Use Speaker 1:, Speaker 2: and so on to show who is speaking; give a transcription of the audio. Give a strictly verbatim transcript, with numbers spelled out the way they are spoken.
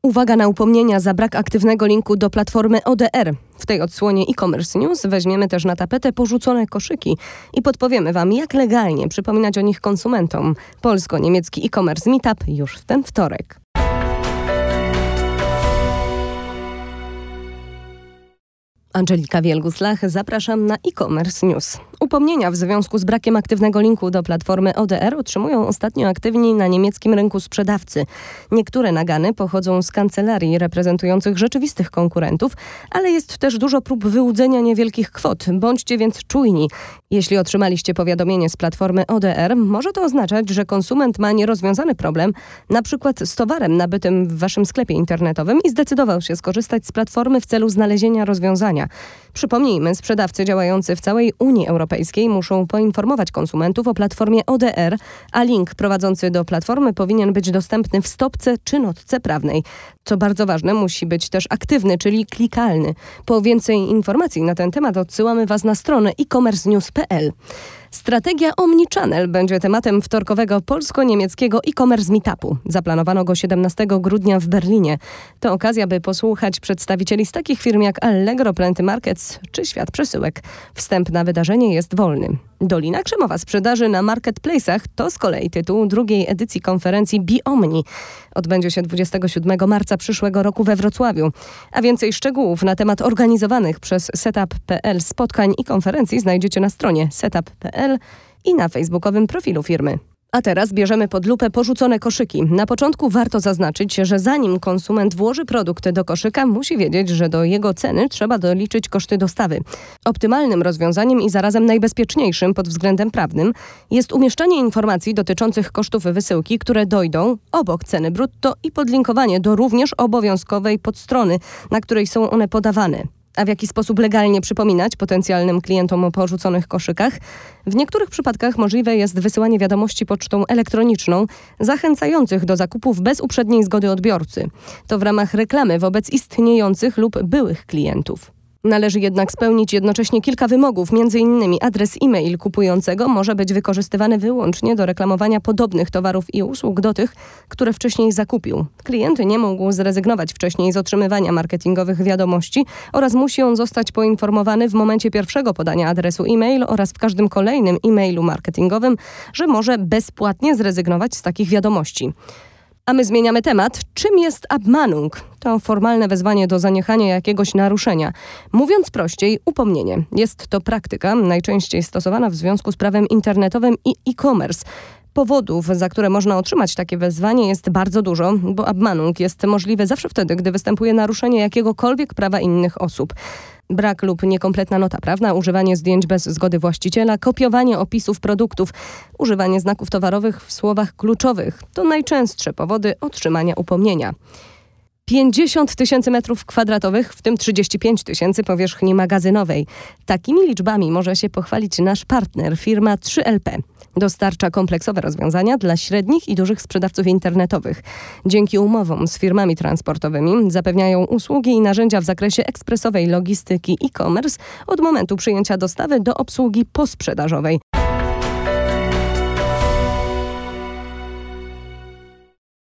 Speaker 1: Uwaga na upomnienia za brak aktywnego linku do platformy O D R. W tej odsłonie e-commerce news weźmiemy też na tapetę porzucone koszyki i podpowiemy Wam, jak legalnie przypominać o nich konsumentom. Polsko-niemiecki e-commerce meetup już w ten wtorek. Angelika Wielgus-Lach, zapraszam na e-commerce news. Upomnienia w związku z brakiem aktywnego linku do platformy O D R otrzymują ostatnio aktywni na niemieckim rynku sprzedawcy. Niektóre nagany pochodzą z kancelarii reprezentujących rzeczywistych konkurentów, ale jest też dużo prób wyłudzenia niewielkich kwot. Bądźcie więc czujni. Jeśli otrzymaliście powiadomienie z platformy O D R, może to oznaczać, że konsument ma nierozwiązany problem, na przykład z towarem nabytym w Waszym sklepie internetowym i zdecydował się skorzystać z platformy w celu znalezienia rozwiązania. Przypomnijmy, sprzedawcy działający w całej Unii Europejskiej muszą poinformować konsumentów o platformie O D R, a link prowadzący do platformy powinien być dostępny w stopce czy notce prawnej. Co bardzo ważne, musi być też aktywny, czyli klikalny. Po więcej informacji na ten temat odsyłamy Was na stronę e commerce news kropka p l. Strategia Omnichannel będzie tematem wtorkowego polsko-niemieckiego e-commerce meetupu. Zaplanowano go siedemnastego grudnia w Berlinie. To okazja, by posłuchać przedstawicieli z takich firm jak Allegro, Plenty Markets czy Świat Przesyłek. Wstęp na wydarzenie jest wolny. Dolina Krzemowa sprzedaży na marketplace'ach to z kolei tytuł drugiej edycji konferencji BeOmni. Odbędzie się dwudziestego siódmego marca przyszłego roku we Wrocławiu. A więcej szczegółów na temat organizowanych przez setup kropka p l spotkań i konferencji znajdziecie na stronie setup kropka p l i na facebookowym profilu firmy. A teraz bierzemy pod lupę porzucone koszyki. Na początku warto zaznaczyć, że zanim konsument włoży produkt do koszyka, musi wiedzieć, że do jego ceny trzeba doliczyć koszty dostawy. Optymalnym rozwiązaniem i zarazem najbezpieczniejszym pod względem prawnym jest umieszczanie informacji dotyczących kosztów wysyłki, które dojdą obok ceny brutto i podlinkowanie do również obowiązkowej podstrony, na której są one podawane. A w jaki sposób legalnie przypominać potencjalnym klientom o porzuconych koszykach? W niektórych przypadkach możliwe jest wysyłanie wiadomości pocztą elektroniczną zachęcających do zakupów bez uprzedniej zgody odbiorcy. To w ramach reklamy wobec istniejących lub byłych klientów. Należy jednak spełnić jednocześnie kilka wymogów, między innymi adres e-mail kupującego może być wykorzystywany wyłącznie do reklamowania podobnych towarów i usług do tych, które wcześniej zakupił. Klient nie mógł zrezygnować wcześniej z otrzymywania marketingowych wiadomości oraz musi on zostać poinformowany w momencie pierwszego podania adresu e-mail oraz w każdym kolejnym e-mailu marketingowym, że może bezpłatnie zrezygnować z takich wiadomości. A my zmieniamy temat. Czym jest Abmahnung? To formalne wezwanie do zaniechania jakiegoś naruszenia. Mówiąc prościej, upomnienie. Jest to praktyka najczęściej stosowana w związku z prawem internetowym i e-commerce. Powodów, za które można otrzymać takie wezwanie, jest bardzo dużo, bo Abmahnung jest możliwy zawsze wtedy, gdy występuje naruszenie jakiegokolwiek prawa innych osób. Brak lub niekompletna nota prawna, używanie zdjęć bez zgody właściciela, kopiowanie opisów produktów, używanie znaków towarowych w słowach kluczowych. To najczęstsze powody otrzymania upomnienia. pięćdziesiąt tysięcy metrów kwadratowych, w tym trzydzieści pięć tysięcy powierzchni magazynowej. Takimi liczbami może się pochwalić nasz partner, firma trzy L P. Dostarcza kompleksowe rozwiązania dla średnich i dużych sprzedawców internetowych. Dzięki umowom z firmami transportowymi zapewniają usługi i narzędzia w zakresie ekspresowej logistyki e-commerce od momentu przyjęcia dostawy do obsługi posprzedażowej.